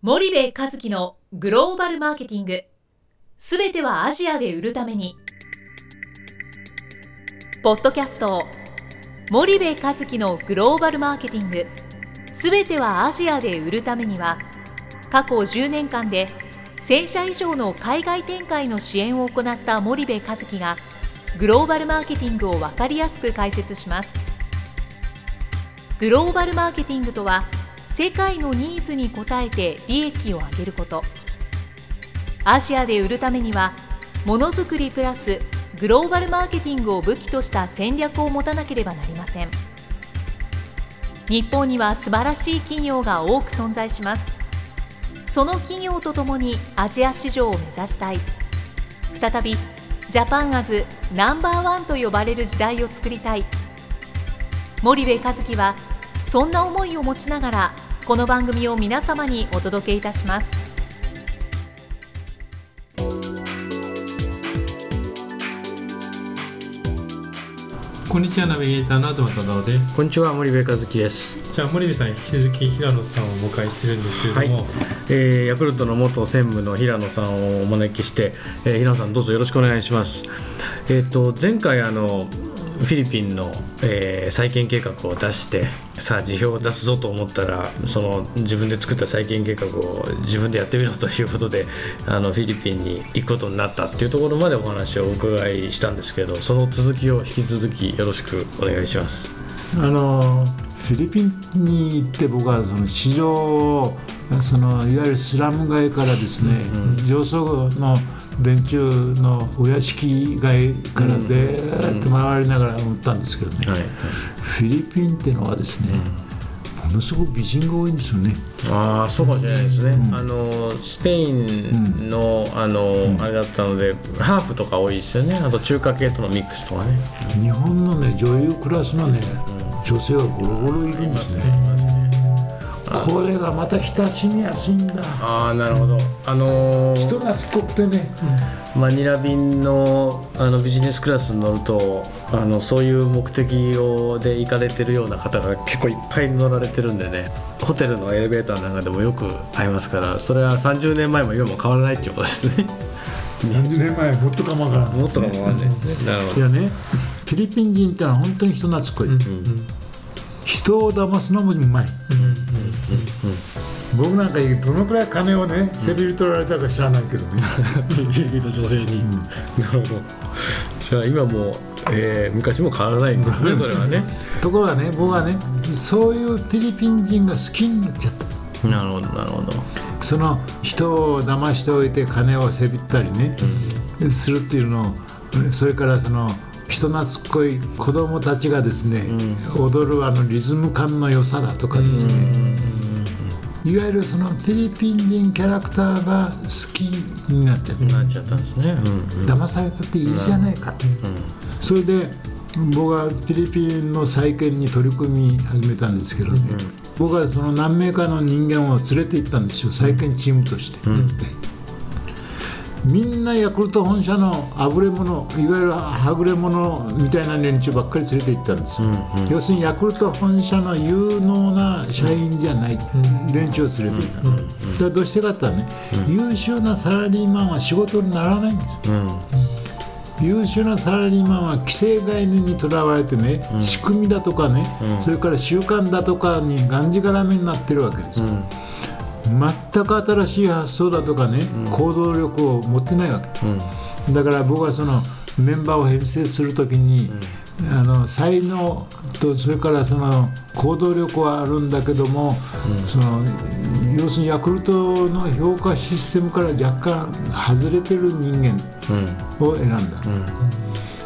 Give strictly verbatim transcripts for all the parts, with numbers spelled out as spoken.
森部一樹のグローバルマーケティング、すべてはアジアで売るために。ポッドキャスト森部一樹のグローバルマーケティング、すべてはアジアで売るためには、過去じゅうねんかんでせんしゃ以上の海外展開の支援を行った森部一樹がグローバルマーケティングを分かりやすく解説します。グローバルマーケティングとは、世界のニーズに応えて利益を上げること。アジアで売るためには、ものづくりプラスグローバルマーケティングを武器とした戦略を持たなければなりません。日本には素晴らしい企業が多く存在します。その企業とともにアジア市場を目指したい。再びジャパンアズナンバーワンと呼ばれる時代を作りたい。森部一樹はそんな思いを持ちながら、この番組を皆様にお届けいたします。 こんにちは、ナビゲーターの東忠夫です。 こんにちは、森部一樹です。 じゃあ森部さん、引き続き平野さんをお迎えしてるんですけれども、 はい、えー、ヤクルトの元専務の平野さんをお招きして、えー、平野さんどうぞよろしくお願いします。えー、と前回あのフィリピンの、えー、再建計画を出して、さあ辞表を出すぞと思ったら、その自分で作った再建計画を自分でやってみろということで、あのフィリピンに行くことになったっていうところまでお話をお伺いしたんですけど、その続きを引き続きよろしくお願いします。 あのフィリピンに行って、僕はその市場、そのいわゆるスラム街からですね、うん、上層の連中のお屋敷街からずーっと回りながら思ったんですけどね、うんうんはいはい、フィリピンっていうのはですね、うん、ものすごく美人が多いんですよね。 ああ、そうかもしれないですね、うん、あのスペイン の,、うん、あの、うん、あれだったのでハーフとか多いですよね。あと中華系とのミックスとかね。 日本のね、女優クラスのね、うん、女性がゴロゴロいるんですね。これがまた親しみやすいんだ。 ああ、なるほど。あのー、 人懐っこくてね、 うん、マニラ便 の, あのビジネスクラスに乗ると、あのそういう目的をで行かれてるような方が結構いっぱい乗られてるんでね、ホテルのエレベーターなんかでもよく会いますから、それはさんじゅうねんまえも今も変わらないっていうことですね。 さんじゅうねんまえもっとかもわからない、 もっとかもわからないですね。なるほど。 いやね、フィリピン人ってのは本当に人懐っこい、うんうん、人を騙すのもうまい、うんうんうんうん、僕なんかどのくらい金をね、せびり取られたか知らないけどね、 フィリピンの女性に、うん、なるほど。じゃあ今も、えー、昔も変わらないんですね、それはね。 ところがね、僕はね、そういうフィリピン人が好きになっちゃった。 なるほどなるほど。 その人を騙しておいて金をせびったりね、うん、するっていうのを、それからその人懐っこい子供たちがですね、うん、踊るあのリズム感の良さだとかですね、うん、いわゆるそのフィリピン人キャラクターが好きになっちゃったなっちゃったんですね、うんうん、 騙されたっていいじゃないかと、うん、それで僕はフィリピンの再建に取り組み始めたんですけどね、うん、僕はその何名かの人間を連れて行ったんですよ、再建チームとして、うん、みんなヤクルト本社のあぶれ者、いわゆるはぐれ者みたいな連中ばっかり連れて行ったんですよ、うんうん、要するにヤクルト本社の有能な社員じゃない、うん、連中を連れて行った、うんうん、それはどうしてかって言ったらね、うん、優秀なサラリーマンは仕事にならないんですよ、うん、優秀なサラリーマンは既成概念にとらわれてね、うん、仕組みだとかね、うん、それから習慣だとかにがんじがらめになってるわけですよ、うん、全く新しい発想だとかね、うん、行動力を持ってないわけ、うん、だから僕はそのメンバーを編成するときに、うん、あの才能とそれからその行動力はあるんだけども、うん、その要するにヤクルトの評価システムから若干外れてる人間を選んだ、うんうん、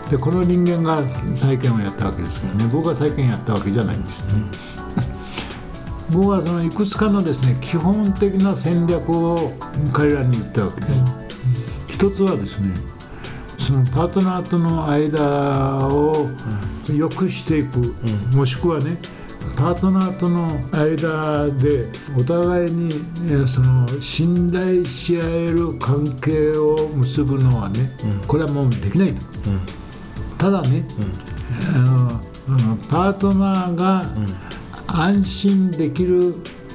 でこの人間が再建をやったわけですからね、僕は再建やったわけじゃないんですよね、うん、僕はそのいくつかのですね、基本的な戦略を彼らに言ったわけです、うん、一つはですね、そのパートナーとの間を良くしていく、うん、もしくはね、パートナーとの間でお互いにその信頼し合える関係を結ぶのはね、うん、これはもうできないと、うん、ただね、うん、あのパートナーが安心できる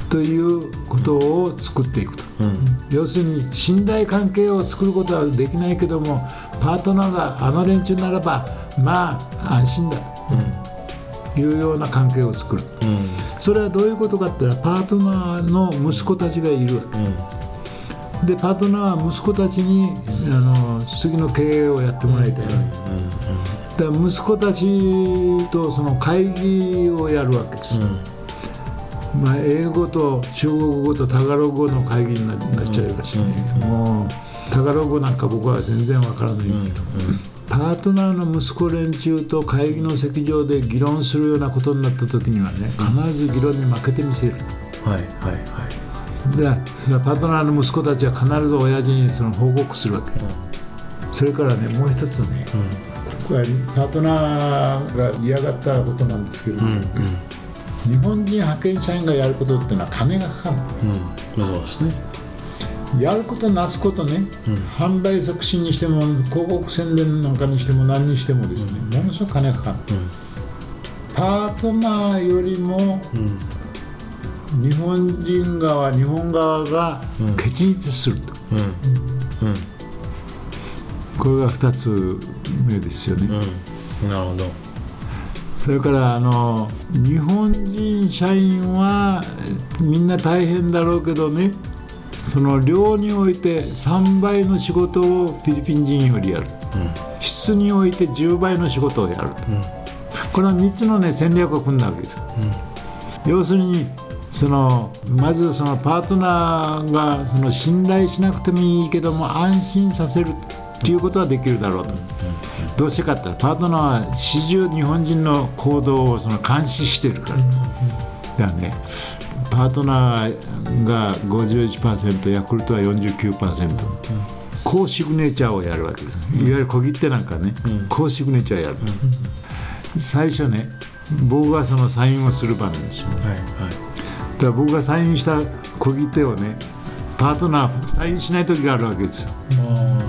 ということを作っていくと、うん、要するに信頼関係を作ることはできないけども、パートナーがあの連中ならばまあ安心だというような関係を作る、うん、それはどういうことかって言ったら、パートナーの息子たちがいるわけ、うん、でパートナーは息子たちにあの次の経営をやってもらいたいわけ、うんうんうん、だから息子たちとその会議をやるわけです、うん、まあ、英語と中国語とタガログ語の会議に な, なっちゃいましてね、うんうん、もうタガログ語なんか僕は全然わからないけど、うんうん、パートナーの息子連中と会議の席上で議論するようなことになった時にはね、必ず議論に負けてみせる、はいはいはい、でそのパートナーの息子たちは必ず親父にその報告するわけ、うん、それからね、もう一つね、うん、これはパートナーが嫌がったことなんですけど、ね、うんうん、日本人派遣社員がやることっていうのは金がかかる、うん、そうですね。やることなすことね、うん、販売促進にしても広告宣伝なんかにしても何にしてもですね、うん、ものすごく金がかかる、うん、パートナーよりも、うん、日本人側日本側がケチンとすると、うんうんうん、これがふたつめですよね、うん、なるほど。それからあの日本人社員はみんな大変だろうけどね、その量においてさんばいの仕事をフィリピン人よりやる、うん、質においてじゅうばいの仕事をやる、うん、これはみっつの、ね、戦略を組んだわけです、うん、要するにそのまずそのパートナーがその信頼しなくてもいいけども安心させるということはできるだろうと、うんうんうん、どうしてかって言ったらパートナーは始終日本人の行動をその監視しているから、うんうん、だからね、パートナーが ごじゅういちパーセント、ヤクルトは よんじゅうきゅうパーセント、うん、高シグネチャーをやるわけです、うん、いわゆる小切手なんかね、うん、高シグネチャーやる、うん、最初ね、僕がそのサインをする番なんですよ、はいはい、だから僕がサインした小切手をね、パートナーサインしない時があるわけですよ、はいはいはいはい、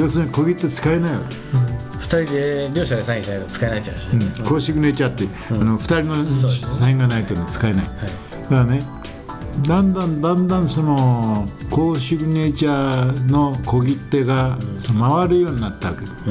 要するに小切手使えないわけ、うん、ふたりで両者でサインしないと使えないじゃないですか、うん、高シグネチャーって、うん、あのふたりのサインがないと、ね、使えない、はい、だからね、だんだんだんだんその高シグネチャーの小切手がその回るようになったわけ、うん、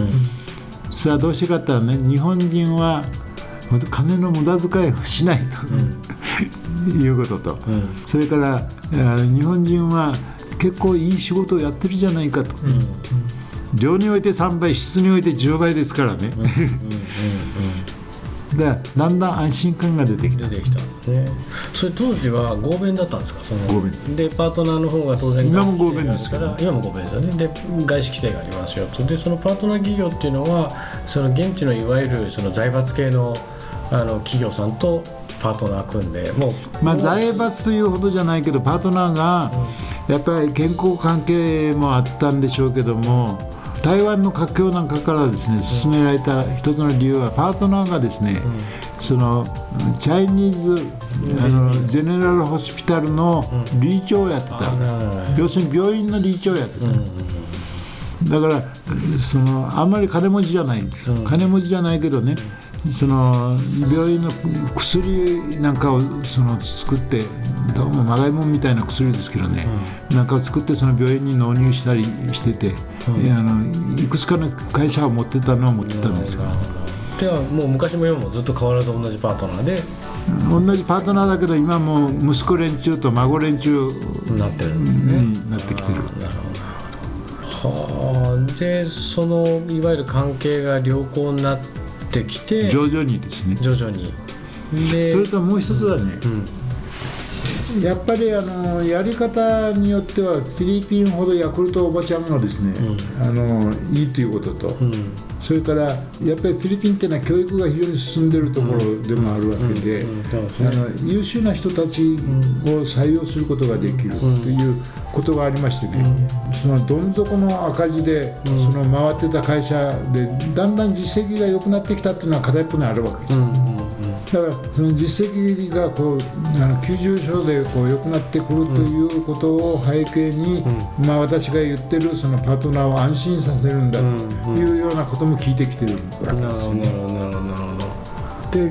さあどうしてかって言ったらね、日本人は金の無駄遣いをしないと、うん、いうことと、うん、それから日本人は結構いい仕事をやってるじゃないかと、うんうん、量においてさんばい、質においてじゅうばいですからね、うんうんうんうん、だ, だんだん安心感が出てきた。出てきたんですね。それ当時は合弁だったんですか？その合弁でパートナーの方が当然今も合弁ですから、 今も合弁ですよね。で外資規制がありますよと。でそのパートナー企業っていうのはその現地のいわゆるその財閥系のあの企業さんとパートナー組んで、もう、 まあ、財閥というほどじゃないけどパートナーがやっぱり健康関係もあったんでしょうけども、台湾の華僑なんかからですね進められた一つの理由はパートナーがですね、うん、そのチャイニーズ、うん、あのゼネラルホスピタルの理事長をやってた、うん、要するに病院の理事長をやってた、うん、だからそのあんまり金持ちじゃないんですよ、うん、金持ちじゃないけどね、その病院の薬なんかをその作ってどうもまがいもんみたいな薬ですけどね、うん、なんかを作ってその病院に納入したりしてて、うん、あのいくつかの会社を持ってたのは持ってたんですが、 ではもう昔も今もずっと変わらず同じパートナーで同じパートナーだけど今も息子連中と孫連中になってるんですね、 になってきてる。なるほど。はあ。でそのいわゆる関係が良好になってきて徐々にですね徐々にでそれともう一つはね、うん、やっぱりあのやり方によってはフィリピンほどヤクルトおばちゃんがですね、うん、あのいいということと、うん、それからやっぱりフィリピンっていうのは教育が非常に進んでいるところでもあるわけで、優秀な人たちを採用することができるということがありましてね、うん、そのどん底の赤字で、うん、その回ってた会社でだんだん実績が良くなってきたっていうのは片一方にあるわけです、うんうんうん、だからその実績がこうあの急上昇でこう良くなってくるということを背景に、うん、まあ、私が言ってるそのパートナーを安心させるんだというようなことも聞いてきてるわけですよね。なるほどなるほど。で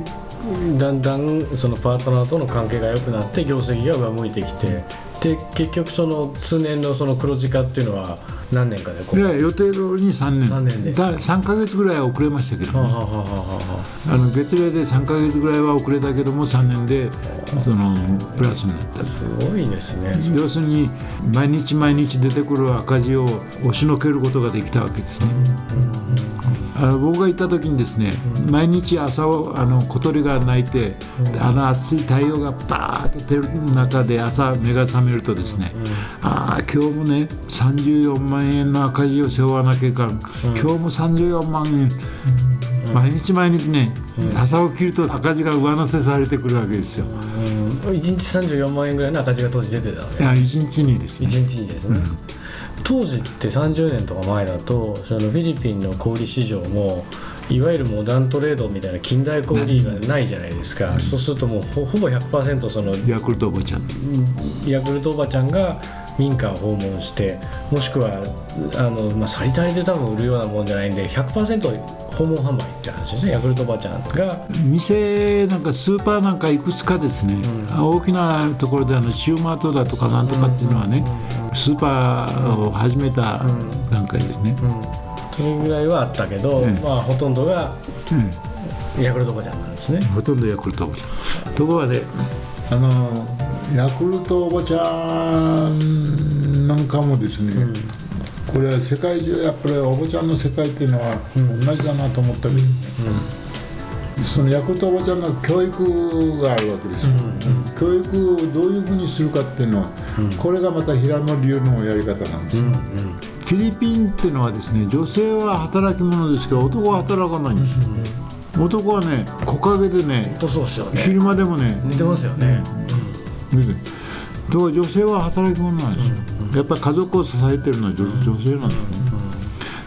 だんだんそのパートナーとの関係が良くなって業績が上向いてきて、で結局その通年のその黒字化っていうのは何年かでこう、 いや予定通りにさんねん、 さんねんでださんかげつぐらいは遅れましたけど、ね、 はあはあはあはあの月例でさんかげつぐらいは遅れたけどもさんねんでそのプラスになった。 すごいですね。 要するに毎日毎日出てくる赤字を押しのけることができたわけですね。あの僕が行った時にですね、うん、毎日朝をあの小鳥が鳴いて、うん、あの暑い太陽がバーッと出る中で朝目が覚めるとですね、うん、ああ今日もねさんじゅうよんまんえんの赤字を背負わなきゃいかん、うん、今日もさんじゅうよんまんえん、うん、毎日毎日ね、うん、朝起きると赤字が上乗せされてくるわけですよ、 うん、いちにちさんじゅうよんまんえんぐらいの赤字が当時出てたわけ。 いやいちにちにですね、 いちにちにですね、うん、当時ってさんじゅうねんとか前だとそのフィリピンの小売市場もいわゆるモダントレードみたいな近代小売がないじゃないですか、うん、そうするともう ほ, ほぼ ひゃくパーセント そのヤクルトおばちゃんヤクルトおばちゃんが民家を訪問してもしくはあの、まあ、サリサリで多分売るようなもんじゃないんで ひゃくパーセント 訪問販売って話ですね。ヤクルトおばちゃんが店なんかスーパーなんかいくつかですね、うん、大きなところであのシウマートだとかなんとかっていうのはね、うん、スーパーを始めた段階ですね、うんうん、 それぐらいはあったけど、うん、まあほとんどがヤクルトおばちゃんなんですね、うん、 ほとんどヤクルトおばちゃん。ところがねあのヤクルトおばちゃんなんかもですね、うん、これは世界中やっぱりおばちゃんの世界っていうのは同じだなと思ったけど、うんうん、そのヤクルトおばちゃんの教育があるわけですよ、うんうん、教育をどういうふうにするかっていうのは、うん、これがまた平野流のやり方なんですよ、うんうん、フィリピンっていうのはですね女性は働き者ですけど男は働かないんですよ、うんうん、男はね木陰でね、 そうですよね、 昼間でもね寝てますよね、 うん、だから女性は働き者なんですよ、うんうん、やっぱり家族を支えてるのは 女, 女性なんですね、うんうん、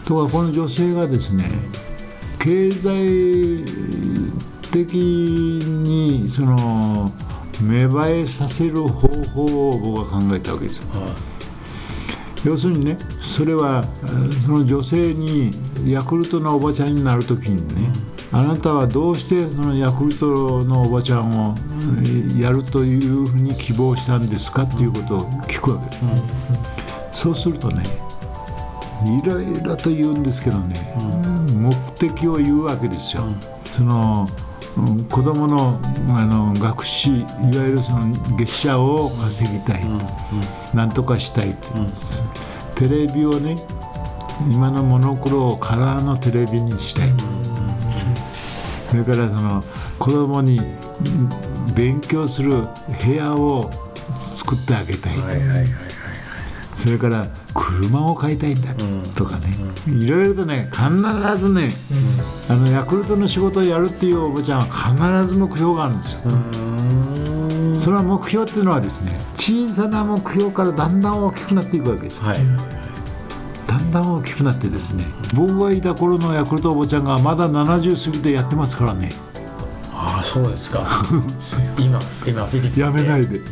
とかこの女性がですね経済的にその芽生えさせる方法を僕は考えたわけですよ、はい、要するにねそれはその女性にヤクルトのおばちゃんになるときにね、うん、あなたはどうしてそのヤクルトのおばちゃんをやるというふうに希望したんですかっていうことを聞くわけです、うんうん、そうするとねいろいろと言うんですけどね、うん、目的を言うわけですよ、うん、その子供の、あの学費いわゆるその月謝を稼ぎたいと、うんうん、なんとかしたいと、うん、テレビをね今のモノクロをカラーのテレビにしたいと、うん、それからその子供に勉強する部屋を作ってあげたいと、はいはいはいはい、それから車を買いたいんだとかね、うん、いろいろとね必ずね、うん、あのヤクルトの仕事をやるっていうおばちゃんは必ず目標があるんですよ。うーん、それは目標っていうのはですね小さな目標からだんだん大きくなっていくわけです、はい、だんだん大きくなってですね僕がいた頃のヤクルトおばちゃんがまだななじゅう過ぎてやってますからね。 ああそうですか今今フィリピンでやめないで。へ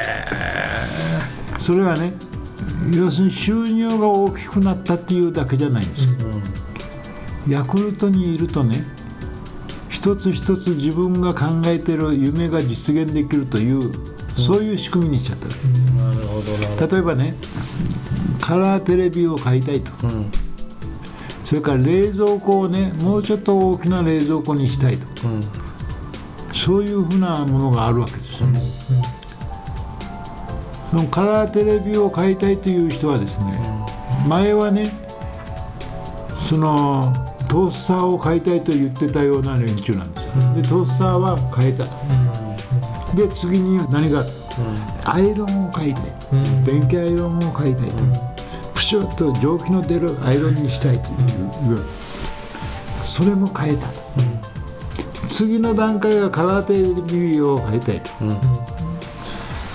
え。 それはね要するに収入が大きくなったっていうだけじゃないんですよ、うん、ヤクルトにいるとね一つ一つ自分が考えている夢が実現できるという、うん、そういう仕組みにしちゃった、うん、 なるほどなるほど。 例えばねカラーテレビを買いたいと、うん、それから冷蔵庫をねもうちょっと大きな冷蔵庫にしたいと、うん、そういうふうなものがあるわけですよね、うんうん、そのカラーテレビを買いたいという人はですね、うん、前はねそのトースターを買いたいと言ってたような連中なんですよ、うん、でトースターは買えたと、うん、で次に何が、うん、アイロンを買いたい、うん、電気アイロンを買いたいと、うん、プシュッと蒸気の出るアイロンにしたいという、うん、それも買えたと、うん、次の段階がカラーテレビを買いたいと、うん、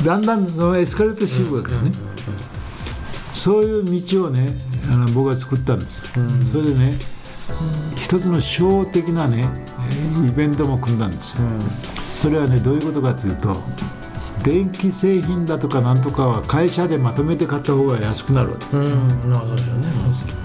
だんだんそのエスカレートしていくわけですね、うんうんうんうん、そういう道をねあの僕が作ったんです、うん、それでね一つのショー的なねイベントも組んだんですよ、うん、それはねどういうことかというと電気製品だとかなんとかは会社でまとめて買った方が安くなるわけ、うん、なるほどね。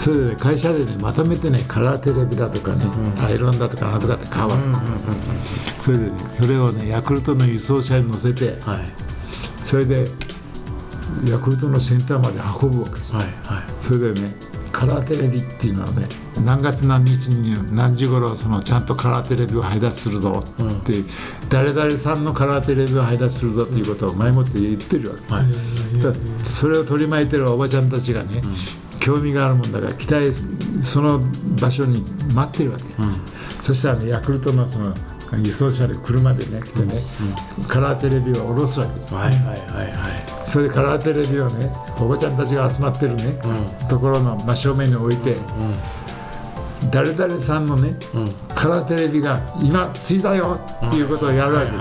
それで、ね、会社でねまとめてねカラーテレビだとかね、うん、アイロンだとかなんとかって買うわけ、うんうんうんうん、それでねそれをねヤクルトの輸送車に乗せて、はい、それでヤクルトのセンターまで運ぶわけです、はいはい、それでねカラーテレビっていうのはね何月何日に何時頃そのちゃんとカラーテレビを配達するぞって、うん、誰々さんのカラーテレビを配達するぞということを前もって言ってるわけ、はい、だそれを取り巻いてるおばちゃんたちがね、うん、興味があるもんだから期待その場所に待ってるわけ、うん、そしたらねヤクルトのその輸送車で車でね来てね、うんうん、カラーテレビを下ろすわけ、はいはいはいはい、それでカラーテレビをねおばちゃんたちが集まってるね、うん、ところの真正面に置いて、うんうん、誰々さんのね、うん、カラーテレビが今着いたよっていうことをやるわけです。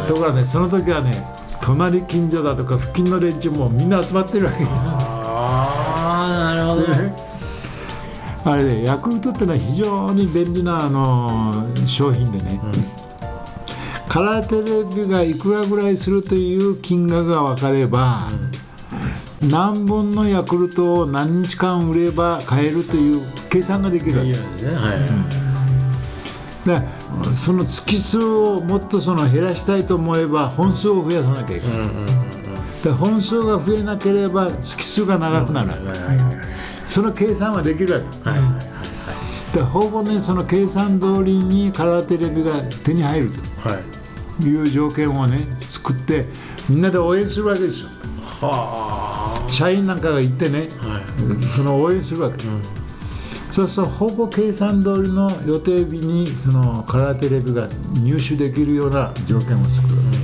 ところがねその時はね隣近所だとか付近の連中もみんな集まってるわけ。 ああなるほどね。 あれね、ヤクルトってのは非常に便利なあの商品でね、うん、カラーテレビがいくらぐらいするという金額が分かれば、うん、何本のヤクルトを何日間売れば買えるという計算ができるわけですね、はいうん、だからその月数をもっとその減らしたいと思えば本数を増やさなきゃいけない、うんうんうん、で本数が増えなければ月数が長くなる、うんはいはいはい、その計算はできるわけ、はいはいはい、でほぼねその計算通りにカラーテレビが手に入るという条件をね作ってみんなで応援するわけですよ。はあ、社員なんかが行ってね、はい、その応援するわけ、うん、そうするとほぼ計算通りの予定日にそのカラーテレビが入手できるような条件を作る、うん、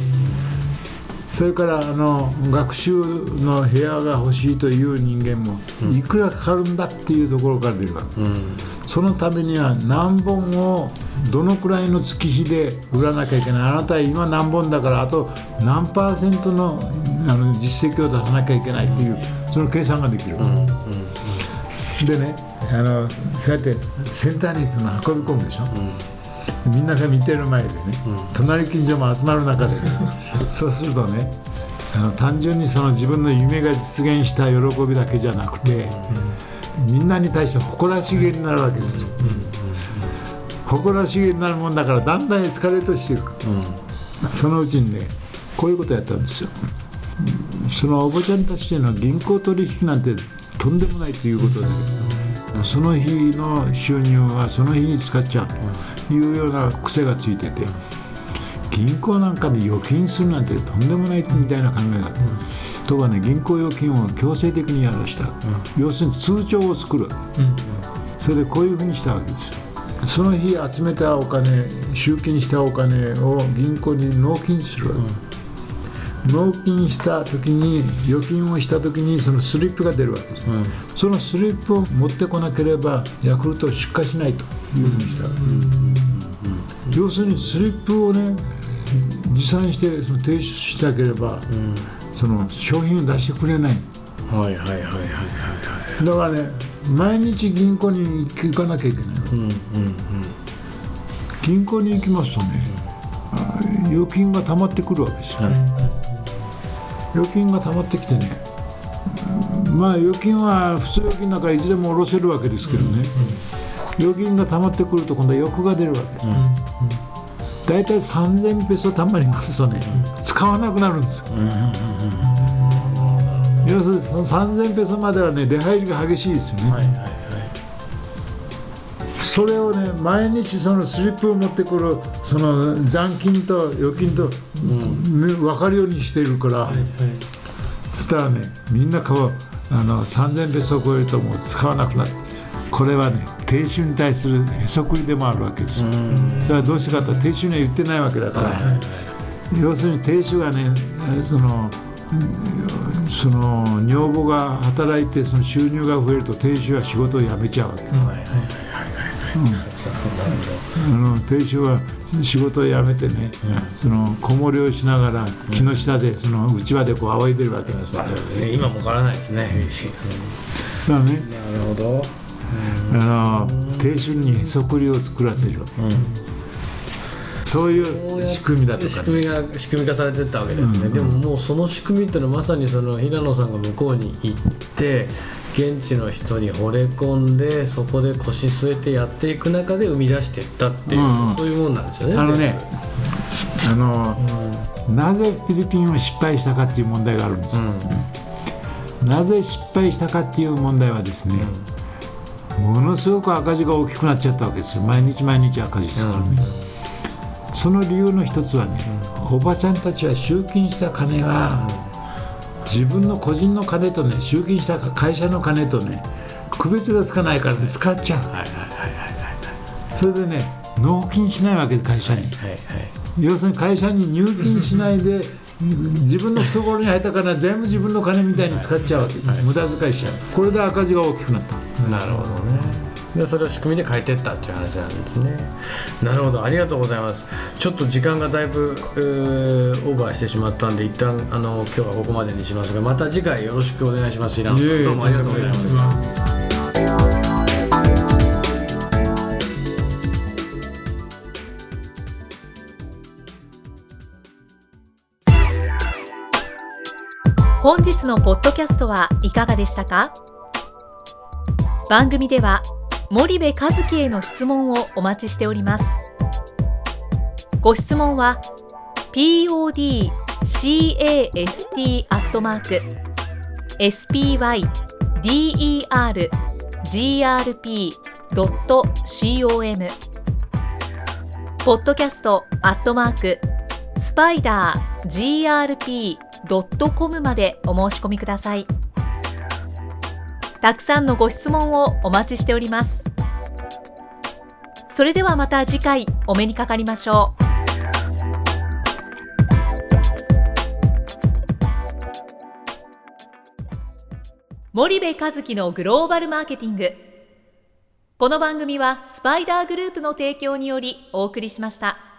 それからあの学習の部屋が欲しいという人間もいくらかかるんだっていうところから出るわけ、うん、そのためには何本をどのくらいの月日で売らなきゃいけない、あなたは今何本だからあと何パーセント の, あの実績を出さなきゃいけないっていうその計算ができる、うんうんうん、でねあのそうやってセンターにその運び込むでしょ、うん、みんなが見てる前でね、うん、隣近所も集まる中でねそうするとねあの単純にその自分の夢が実現した喜びだけじゃなくて、うん、みんなに対して誇らしげになるわけですよ、うんうんうん、誇らしげになるもんだからだんだんエスカレートしていく、うん、そのうちにねこういうことをやったんですよ。そのおばちゃんたちというのは銀行取引なんてとんでもないということで、うん、その日の収入はその日に使っちゃうというような癖がついてて、銀行なんかで預金するなんてとんでもないみたいな考えがあった、うん、とはね銀行預金を強制的にやらした、うん、要するに通帳を作る、うん、それでこういうふうにしたわけですよ。その日集めたお金、集金したお金を銀行に納金するわけ、うん、納金した時に預金をした時にそのスリップが出るわけです、うん、そのスリップを持ってこなければヤクルトを出荷しないというふうにしたわけ、うんうんうん、要するにスリップをね持参してその提出したければ、うん、その商品を出してくれない、はいはいはいはいはい、だからね毎日銀行に行かなきゃいけない、うんうんうん、銀行に行きますとね、うん、預金が溜まってくるわけですよ、はい、預金が溜まってきてね、まあ預金は普通預金だからいつでも下ろせるわけですけどね、うんうん、預金が溜まってくると今度は欲が出るわけ、うんうん、だいたいさんぜんペソ溜まりますとね、うん、使わなくなるんですよ、うんうんうん、要するにそのさんぜんペソまではね出入りが激しいですよね、はいはいはい、それをね毎日そのスリップを持ってくるその残金と預金と、うん、分かるようにしているから、はいはい、そしたらねみんなこうあのさんぜんペソを超えるともう使わなくなって、これはね亭主に対するへそくりでもあるわけですよ。それはどうしてかというと亭主には言ってないわけだから、はいはいはい、要するに亭主がねそのその女房が働いてその収入が増えると亭主は仕事を辞めちゃうわけです。亭主は仕事を辞めてね、うん、その子守をしながら木の下でその内輪でこう仰いでるわけです、 うん、今も変わらないですね、 だからね、 なるほど、 あの亭主にへそくりを作らせる、うん、そういう仕組みだとか、ね、 仕組みが仕組み化されていったわけですね、うんうん、でももうその仕組みっていうのはまさにその平野さんが向こうに行って現現地の人に惚れ込んでそこで腰据えてやっていく中で生み出していったっていう、うんうん、そういうもんなんですよね。 あのねあの、うん、なぜフィリピンは失敗したかっていう問題があるんですよ、うん、なぜ失敗したかっていう問題はですね、うん、ものすごく赤字が大きくなっちゃったわけですよ。毎日毎日赤字ですからね、うん、その理由の一つはね、うん、おばちゃんたちは集金した金は、うん、自分の個人の金とね集金した会社の金とね区別がつかないからね使っちゃう、はいはいはいはい、それでね納金しないわけで会社に、はいはいはい、要するに会社に入金しないで自分の懐に入った金は全部自分の金みたいに使っちゃうわけです、はいはい、無駄遣いしちゃう。これで赤字が大きくなった。 なるほどね。でそれを仕組みで変えていったっていう話なんですね。なるほど、ありがとうございます。ちょっと時間がだいぶオーバーしてしまったんで一旦あの今日はここまでにしますが、また次回よろしくお願いします。平野さん、どうもありがとうございます。 本日のポッドキャストはいかがでしたか？番組では森部一樹への質問をお待ちしております。ご質問は ピーオーディーキャスト アットマーク エスピーワイディーイーアールジーアールピー ドット コム ポッドキャストアットマークスパイダー ジーアールピー ドット コム までお申し込みください。たくさんのご質問をお待ちしております。それではまた次回お目にかかりましょう。森部一樹のグローバルマーケティング。この番組はスパイダーグループの提供によりお送りしました。